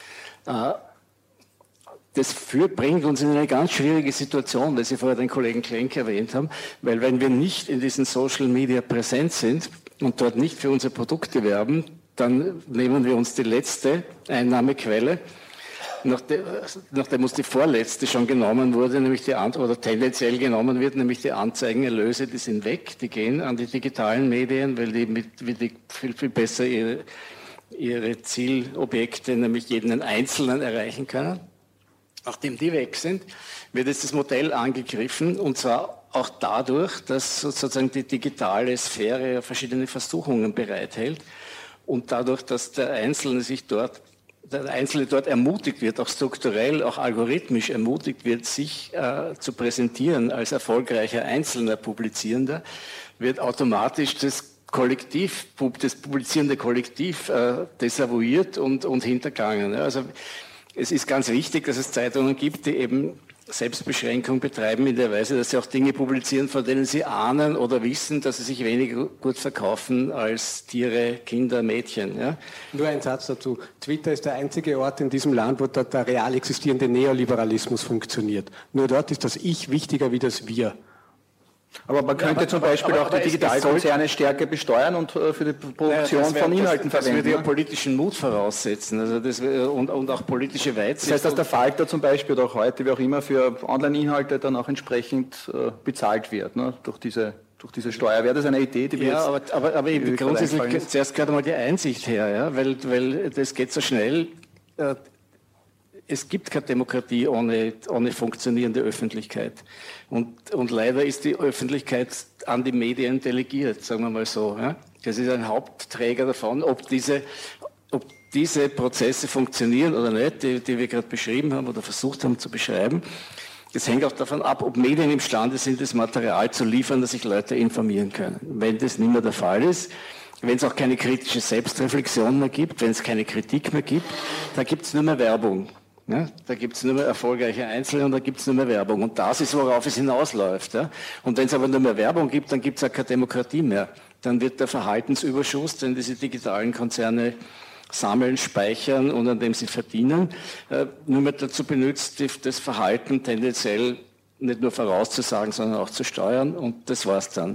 Das bringt uns in eine ganz schwierige Situation, weil Sie vorher den Kollegen Klenk erwähnt haben, weil wenn wir nicht in diesen Social Media präsent sind und dort nicht für unsere Produkte werben, dann nehmen wir uns die letzte Einnahmequelle, nachdem uns die vorletzte schon genommen wurde, nämlich oder tendenziell genommen wird, nämlich die Anzeigenerlöse, die sind weg, die gehen an die digitalen Medien, weil die viel besser ihre Zielobjekte, nämlich jeden Einzelnen erreichen können. Nachdem die weg sind, wird jetzt das Modell angegriffen, und zwar auch dadurch, dass sozusagen die digitale Sphäre verschiedene Versuchungen bereithält und dadurch, dass der Einzelne dort ermutigt wird, auch strukturell, auch algorithmisch ermutigt wird, sich zu präsentieren als erfolgreicher einzelner Publizierender, wird automatisch das publizierende Kollektiv desavouiert und hintergangen. Also es ist ganz wichtig, dass es Zeitungen gibt, die eben Selbstbeschränkung betreiben in der Weise, dass sie auch Dinge publizieren, von denen sie ahnen oder wissen, dass sie sich weniger gut verkaufen als Tiere, Kinder, Mädchen. Ja? Nur ein Satz dazu. Twitter ist der einzige Ort in diesem Land, wo dort der real existierende Neoliberalismus funktioniert. Nur dort ist das Ich wichtiger wie das Wir. Aber man könnte zum Beispiel auch die Digitalkonzerne stärker besteuern und für die Produktion von Inhalten verwenden. Das würde ja politischen Mut voraussetzen und auch politische Weitsicht. Das heißt, dass der Falter zum Beispiel oder auch heute, wie auch immer, für Online-Inhalte dann auch entsprechend bezahlt wird, ne, durch diese Steuer. Wäre das eine Idee, die wir aber grundsätzlich zuerst gehört einmal die Einsicht her, ja, weil das geht so schnell. Es gibt keine Demokratie ohne funktionierende Öffentlichkeit. Und leider ist die Öffentlichkeit an die Medien delegiert, sagen wir mal so. Ja? Das ist ein Hauptträger davon, ob diese Prozesse funktionieren oder nicht, die wir gerade beschrieben haben oder versucht haben zu beschreiben. Das hängt auch davon ab, ob Medien imstande sind, das Material zu liefern, dass sich Leute informieren können. Wenn das nicht mehr der Fall ist, wenn es auch keine kritische Selbstreflexion mehr gibt, wenn es keine Kritik mehr gibt, da gibt es nur mehr Werbung. Ja, da gibt es nur mehr erfolgreiche Einzelne und da gibt es nur mehr Werbung. Und das ist, worauf es hinausläuft. Ja. Und wenn es aber nur mehr Werbung gibt, dann gibt es auch keine Demokratie mehr. Dann wird der Verhaltensüberschuss, den diese digitalen Konzerne sammeln, speichern und an dem sie verdienen, nur mehr dazu benutzt, das Verhalten tendenziell nicht nur vorauszusagen, sondern auch zu steuern. Und das war's dann.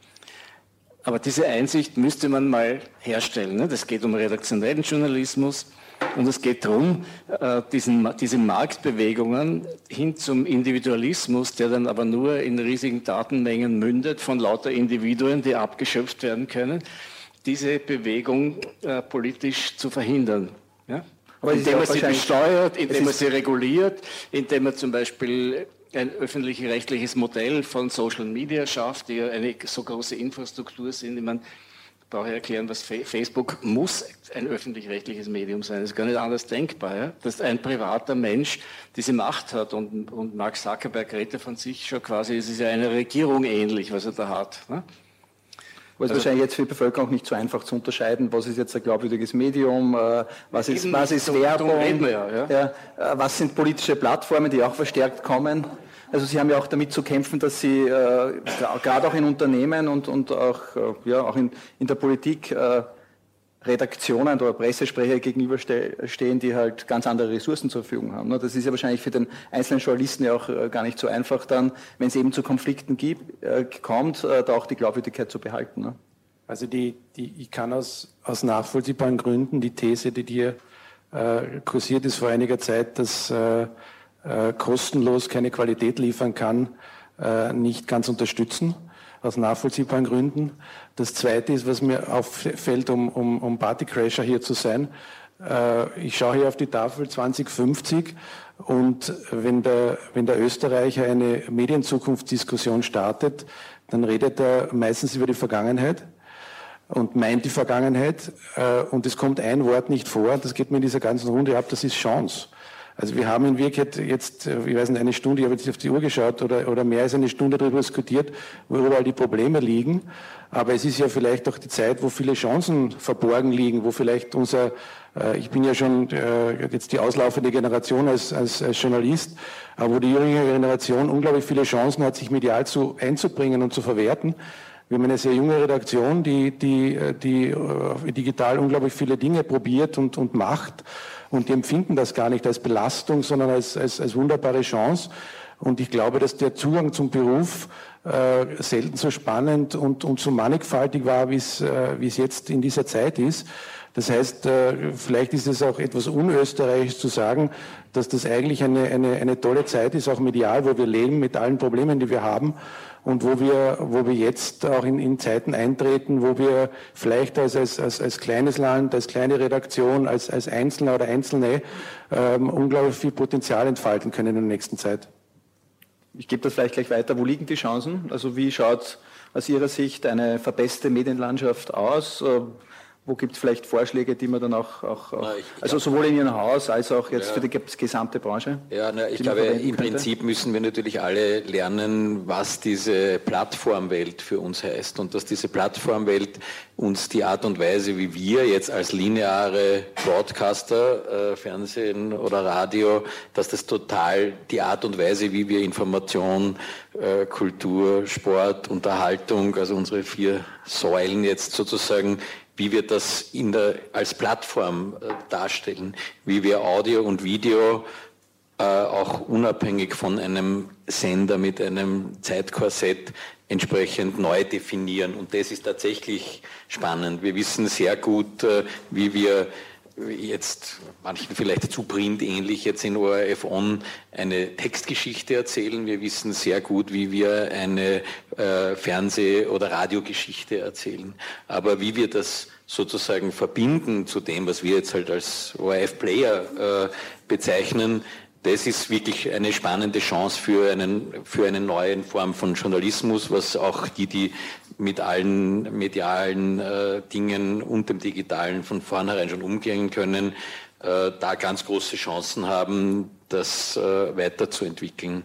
Aber diese Einsicht müsste man mal herstellen. Ne? Das geht um redaktionellen Journalismus. Und es geht darum, diese Marktbewegungen hin zum Individualismus, der dann aber nur in riesigen Datenmengen mündet, von lauter Individuen, die abgeschöpft werden können, diese Bewegung politisch zu verhindern. Ja? Indem man sie besteuert, indem man sie reguliert, indem man zum Beispiel ein öffentlich-rechtliches Modell von Social Media schafft, die ja eine so große Infrastruktur sind. Ich meine, ich brauche erklären, was Facebook muss ein öffentlich-rechtliches Medium sein. Das ist gar nicht anders denkbar, ja? Dass ein privater Mensch diese Macht hat und Mark Zuckerberg redet von sich schon quasi, es ist ja einer Regierung ähnlich, was er da hat. Ne? Aber es ist wahrscheinlich jetzt für die Bevölkerung nicht so einfach zu unterscheiden, was ist jetzt ein glaubwürdiges Medium, was ist Werbung, was sind politische Plattformen, die auch verstärkt kommen. Also Sie haben ja auch damit zu kämpfen, dass Sie gerade auch in Unternehmen und auch in der Politik Redaktionen oder Pressesprecher gegenüberstehen, die halt ganz andere Ressourcen zur Verfügung haben. Das ist ja wahrscheinlich für den einzelnen Journalisten ja auch gar nicht so einfach dann, wenn es eben zu Konflikten kommt, da auch die Glaubwürdigkeit zu behalten. Ne? Also ich kann aus nachvollziehbaren Gründen die These, die hier kursiert ist vor einiger Zeit, dass kostenlos keine Qualität liefern kann, nicht ganz unterstützen. aus nachvollziehbaren Gründen. Das Zweite ist, was mir auffällt, um Partycrasher hier zu sein. Ich schaue hier auf die Tafel 2050 und wenn der Österreicher eine Medienzukunftsdiskussion startet, dann redet er meistens über die Vergangenheit und meint die Vergangenheit und es kommt ein Wort nicht vor, das geht mir in dieser ganzen Runde ab, das ist Chance. Also wir haben in Wirklichkeit jetzt, ich weiß nicht, eine Stunde, ich habe jetzt auf die Uhr geschaut oder mehr als eine Stunde darüber diskutiert, wo überall die Probleme liegen. Aber es ist ja vielleicht auch die Zeit, wo viele Chancen verborgen liegen, wo vielleicht ich bin ja schon jetzt die auslaufende Generation als Journalist, aber wo die jüngere Generation unglaublich viele Chancen hat, sich medial einzubringen und zu verwerten. Wir haben eine sehr junge Redaktion, die digital unglaublich viele Dinge probiert und macht. Und die empfinden das gar nicht als Belastung, sondern als wunderbare Chance. Und ich glaube, dass der Zugang zum Beruf selten so spannend und so mannigfaltig war, wie es jetzt in dieser Zeit ist. Das heißt, vielleicht ist es auch etwas unösterreichisch zu sagen, dass das eigentlich eine tolle Zeit ist, auch medial, wo wir leben mit allen Problemen, die wir haben. Und wo wir jetzt auch in Zeiten eintreten, wo wir vielleicht als kleines Land, als kleine Redaktion, als Einzelner oder Einzelne unglaublich viel Potenzial entfalten können in der nächsten Zeit. Ich gebe das vielleicht gleich weiter. Wo liegen die Chancen? Also wie schaut aus Ihrer Sicht eine verbesserte Medienlandschaft aus? Wo gibt es vielleicht Vorschläge, die man dann also sowohl in Ihrem Haus als auch jetzt für die gesamte Branche? Ja, ich glaube, im Prinzip müssen wir natürlich alle lernen, was diese Plattformwelt für uns heißt und dass diese Plattformwelt uns die Art und Weise, wie wir jetzt als lineare Broadcaster, Fernsehen oder Radio, dass das total die Art und Weise, wie wir Information, Kultur, Sport, Unterhaltung, also unsere 4 Säulen jetzt sozusagen, wie wir das als Plattform darstellen, wie wir Audio und Video auch unabhängig von einem Sender mit einem Zeitkorsett entsprechend neu definieren. Und das ist tatsächlich spannend. Wir wissen sehr gut, wie wir jetzt, manchen vielleicht zu print-ähnlich, jetzt in ORF On eine Textgeschichte erzählen. Wir wissen sehr gut, wie wir eine Fernseh- oder Radiogeschichte erzählen. Aber wie wir das sozusagen verbinden zu dem, was wir jetzt halt als ORF-Player bezeichnen, das ist wirklich eine spannende Chance für eine neue Form von Journalismus, was auch die mit allen medialen Dingen und dem Digitalen von vornherein schon umgehen können, da ganz große Chancen haben, das weiterzuentwickeln.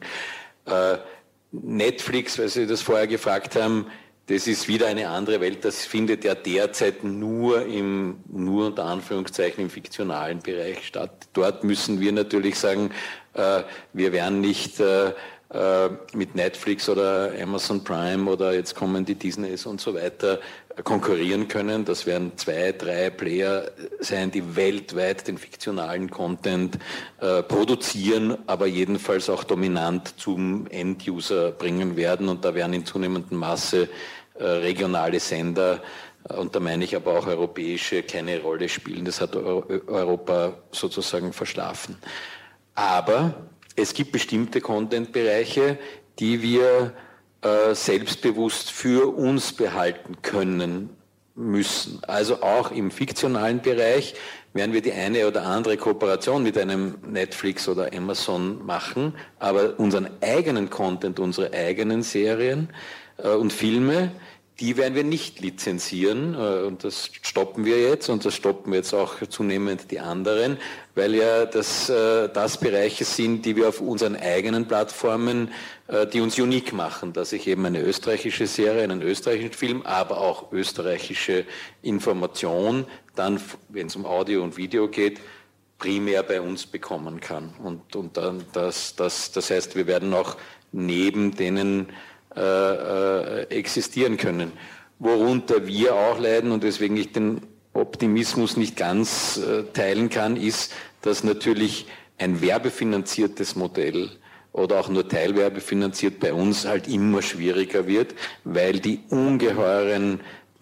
Netflix, weil Sie das vorher gefragt haben, das ist wieder eine andere Welt, das findet ja derzeit nur unter Anführungszeichen im fiktionalen Bereich statt. Dort müssen wir natürlich sagen, wir werden nicht mit Netflix oder Amazon Prime oder jetzt kommen die Disneys und so weiter konkurrieren können. Das werden 2, 3 Player sein, die weltweit den fiktionalen Content produzieren, aber jedenfalls auch dominant zum End-User bringen werden. Und da werden in zunehmendem Maße regionale Sender, und da meine ich aber auch europäische, keine Rolle spielen. Das hat Europa sozusagen verschlafen. Aber es gibt bestimmte Content-Bereiche, die wir selbstbewusst für uns behalten können müssen. Also auch im fiktionalen Bereich werden wir die eine oder andere Kooperation mit einem Netflix oder Amazon machen, aber unseren eigenen Content, unsere eigenen Serien und Filme, die werden wir nicht lizenzieren und das stoppen wir jetzt und das stoppen jetzt auch zunehmend die anderen, weil ja das Bereiche sind, die wir auf unseren eigenen Plattformen, die uns unique machen, dass ich eben eine österreichische Serie, einen österreichischen Film, aber auch österreichische Information dann, wenn es um Audio und Video geht, primär bei uns bekommen kann. Und dann das heißt, wir werden auch neben denen existieren können. Worunter wir auch leiden und weswegen ich den Optimismus nicht ganz teilen kann, ist, dass natürlich ein werbefinanziertes Modell oder auch nur teilwerbefinanziert bei uns halt immer schwieriger wird, weil die ungeheuren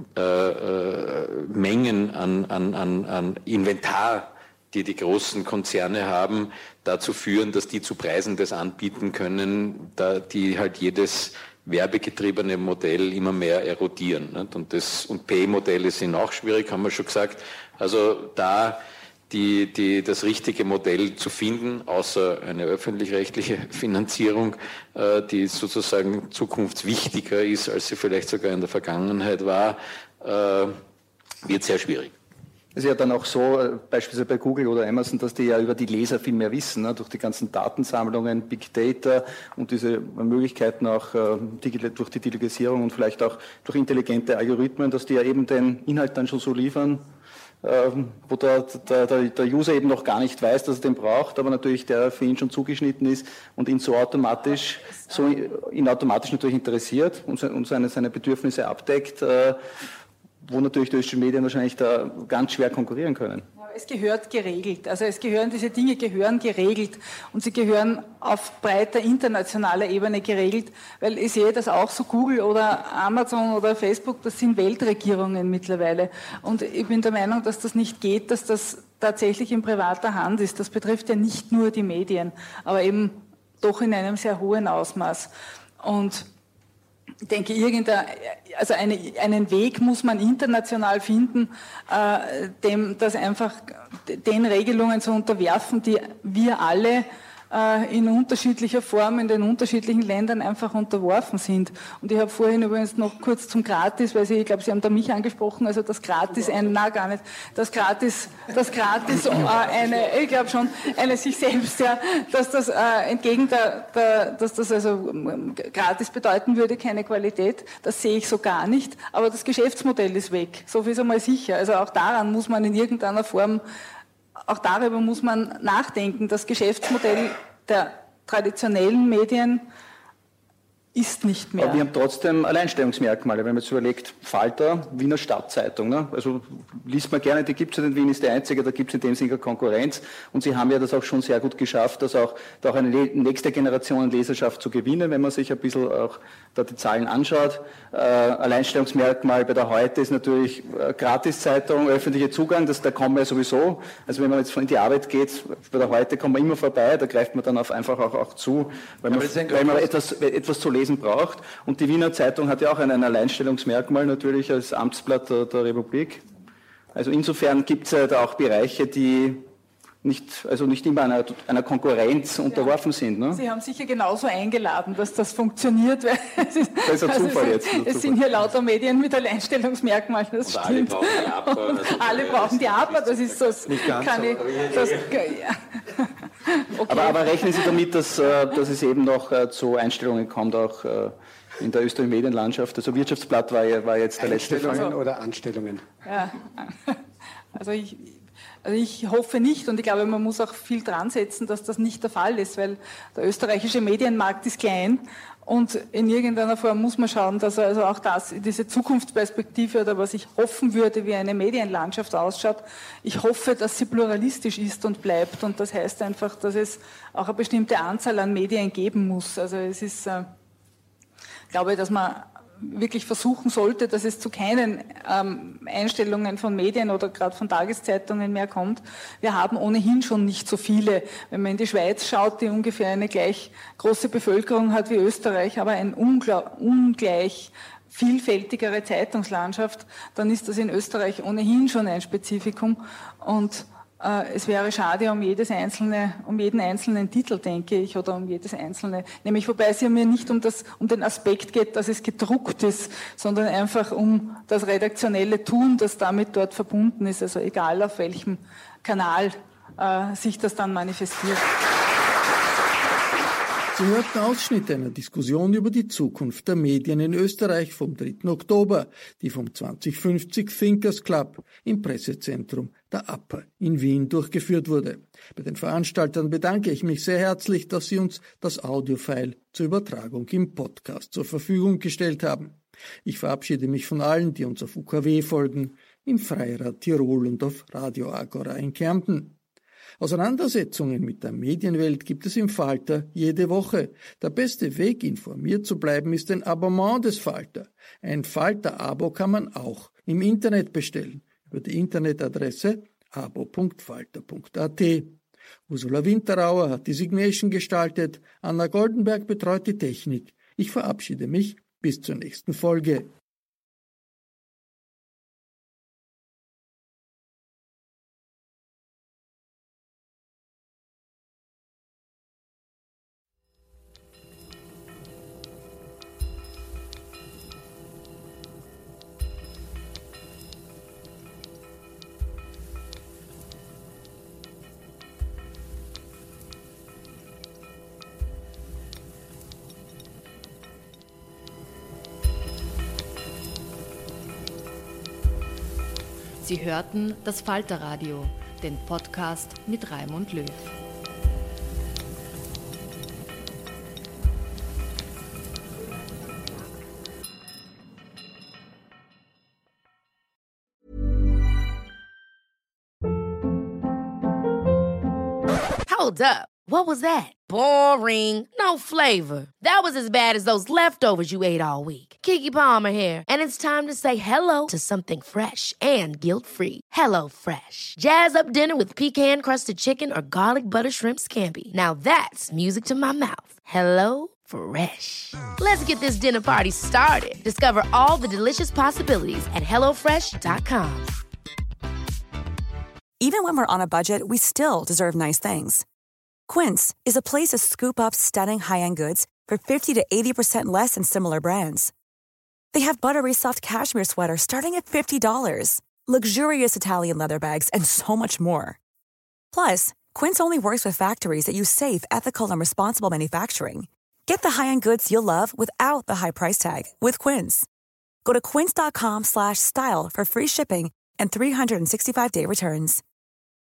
Mengen an Inventar, die großen Konzerne haben, dazu führen, dass die zu Preisen das anbieten können, die halt jedes werbegetriebene Modell immer mehr erodieren. Nicht? Und Pay-Modelle sind auch schwierig, haben wir schon gesagt. Also da das richtige Modell zu finden, außer eine öffentlich-rechtliche Finanzierung, die sozusagen zukunftswichtiger ist, als sie vielleicht sogar in der Vergangenheit war, wird sehr schwierig. Es ist ja dann auch so, beispielsweise bei Google oder Amazon, dass die ja über die Leser viel mehr wissen, ne? Durch die ganzen Datensammlungen, Big Data und diese Möglichkeiten auch durch die Digitalisierung und vielleicht auch durch intelligente Algorithmen, dass die ja eben den Inhalt dann schon so liefern, wo der User eben noch gar nicht weiß, dass er den braucht, aber natürlich der für ihn schon zugeschnitten ist und ihn automatisch natürlich interessiert und seine Bedürfnisse abdeckt, wo natürlich die österreichischen Medien wahrscheinlich da ganz schwer konkurrieren können. Es gehört geregelt. Also diese Dinge gehören geregelt und sie gehören auf breiter internationaler Ebene geregelt, weil ich sehe das auch so, Google oder Amazon oder Facebook, das sind Weltregierungen mittlerweile. Und ich bin der Meinung, dass das nicht geht, dass das tatsächlich in privater Hand ist. Das betrifft ja nicht nur die Medien, aber eben doch in einem sehr hohen Ausmaß. Und ich denke, einen Weg muss man international finden, den Regelungen zu unterwerfen, die wir alle in unterschiedlicher Form in den unterschiedlichen Ländern einfach unterworfen sind. Und ich habe vorhin übrigens noch kurz zum Gratis, weil ich glaube, Sie haben da mich angesprochen, also das Gratis, das Gratis ich glaube schon, eine sich selbst, ja, dass das dass das also gratis bedeuten würde, keine Qualität, das sehe ich so gar nicht, aber das Geschäftsmodell ist weg, so viel ist einmal sicher. Also auch daran muss man in irgendeiner Form Auch darüber muss man nachdenken. Das Geschäftsmodell der traditionellen Medien ist nicht mehr. Aber wir haben trotzdem Alleinstellungsmerkmale, wenn man jetzt überlegt, Falter, Wiener Stadtzeitung, ne? Also liest man gerne, die gibt es ja in Wien, ist der einzige, da gibt es in dem Sinne Konkurrenz und sie haben ja das auch schon sehr gut geschafft, dass auch eine nächste Generation Leserschaft zu gewinnen, wenn man sich ein bisschen auch da die Zahlen anschaut. Alleinstellungsmerkmal bei der Heute ist natürlich Gratiszeitung, öffentlicher Zugang, da kommen wir sowieso, also wenn man jetzt in die Arbeit geht, bei der Heute kommt man immer vorbei, da greift man dann einfach auch zu, weil man etwas zu lesen braucht. Und die Wiener Zeitung hat ja auch ein Alleinstellungsmerkmal natürlich als Amtsblatt der Republik. Also insofern gibt es ja da auch Bereiche, die nicht immer einer Konkurrenz unterworfen sind. Ne? Sie haben sicher genauso eingeladen, dass das funktioniert. Weil das ist ein Zufall jetzt. Es sind hier lauter Medien mit Alleinstellungsmerkmalen, das und stimmt. Alle brauchen die APA, das ist so. Nicht ganz Okay. Aber rechnen Sie damit, dass es eben noch zu Einstellungen kommt, auch in der österreichischen Medienlandschaft? Also Wirtschaftsblatt war jetzt der letzte Fall. Einstellungen oder Anstellungen? Ja, also ich hoffe nicht und ich glaube, man muss auch viel dran setzen, dass das nicht der Fall ist, weil der österreichische Medienmarkt ist klein und in irgendeiner Form muss man schauen, dass also auch diese Zukunftsperspektive oder was ich hoffen würde, wie eine Medienlandschaft ausschaut, ich hoffe, dass sie pluralistisch ist und bleibt und das heißt einfach, dass es auch eine bestimmte Anzahl an Medien geben muss. Also es ist, ich glaube, dass man wirklich versuchen sollte, dass es zu keinen Einstellungen von Medien oder gerade von Tageszeitungen mehr kommt. Wir haben ohnehin schon nicht so viele. Wenn man in die Schweiz schaut, die ungefähr eine gleich große Bevölkerung hat wie Österreich, aber ein ungleich vielfältigere Zeitungslandschaft, dann ist das in Österreich ohnehin schon ein Spezifikum. Und es wäre schade um jeden einzelnen Titel, denke ich, oder um jedes einzelne, nämlich wobei es ja mir nicht um den Aspekt geht, dass es gedruckt ist, sondern einfach um das redaktionelle Tun, das damit dort verbunden ist, also egal auf welchem Kanal sich das dann manifestiert. Sie hörten Ausschnitte einer Diskussion über die Zukunft der Medien in Österreich vom 3. Oktober, die vom 2050 Thinkers Club im Pressezentrum der APA in Wien durchgeführt wurde. Bei den Veranstaltern bedanke ich mich sehr herzlich, dass sie uns das Audiofile zur Übertragung im Podcast zur Verfügung gestellt haben. Ich verabschiede mich von allen, die uns auf UKW folgen, im Freirad Tirol und auf Radio Agora in Kärnten. Auseinandersetzungen mit der Medienwelt gibt es im Falter jede Woche. Der beste Weg, informiert zu bleiben, ist ein Abonnement des Falter. Ein Falter-Abo kann man auch im Internet bestellen, über die Internetadresse abo.falter.at. Ursula Winterauer hat die Signation gestaltet, Anna Goldenberg betreut die Technik. Ich verabschiede mich bis zur nächsten Folge. Sie hörten das Falterradio, den Podcast mit Raimund Löw. Hold up. What was that? Boring. No flavor. That was as bad as those leftovers you ate all week. Keke Palmer here, and it's time to say hello to something fresh and guilt-free. Hello Fresh. Jazz up dinner with pecan-crusted chicken or garlic butter shrimp scampi. Now that's music to my mouth. Hello Fresh. Let's get this dinner party started. Discover all the delicious possibilities at hellofresh.com. Even when we're on a budget, we still deserve nice things. Quince is a place to scoop up stunning high-end goods for 50 to 80% less than similar brands. They have buttery soft cashmere sweaters starting at $50, luxurious Italian leather bags, and so much more. Plus, Quince only works with factories that use safe, ethical, and responsible manufacturing. Get the high-end goods you'll love without the high price tag with Quince. Go to quince.com/style for free shipping and 365-day returns.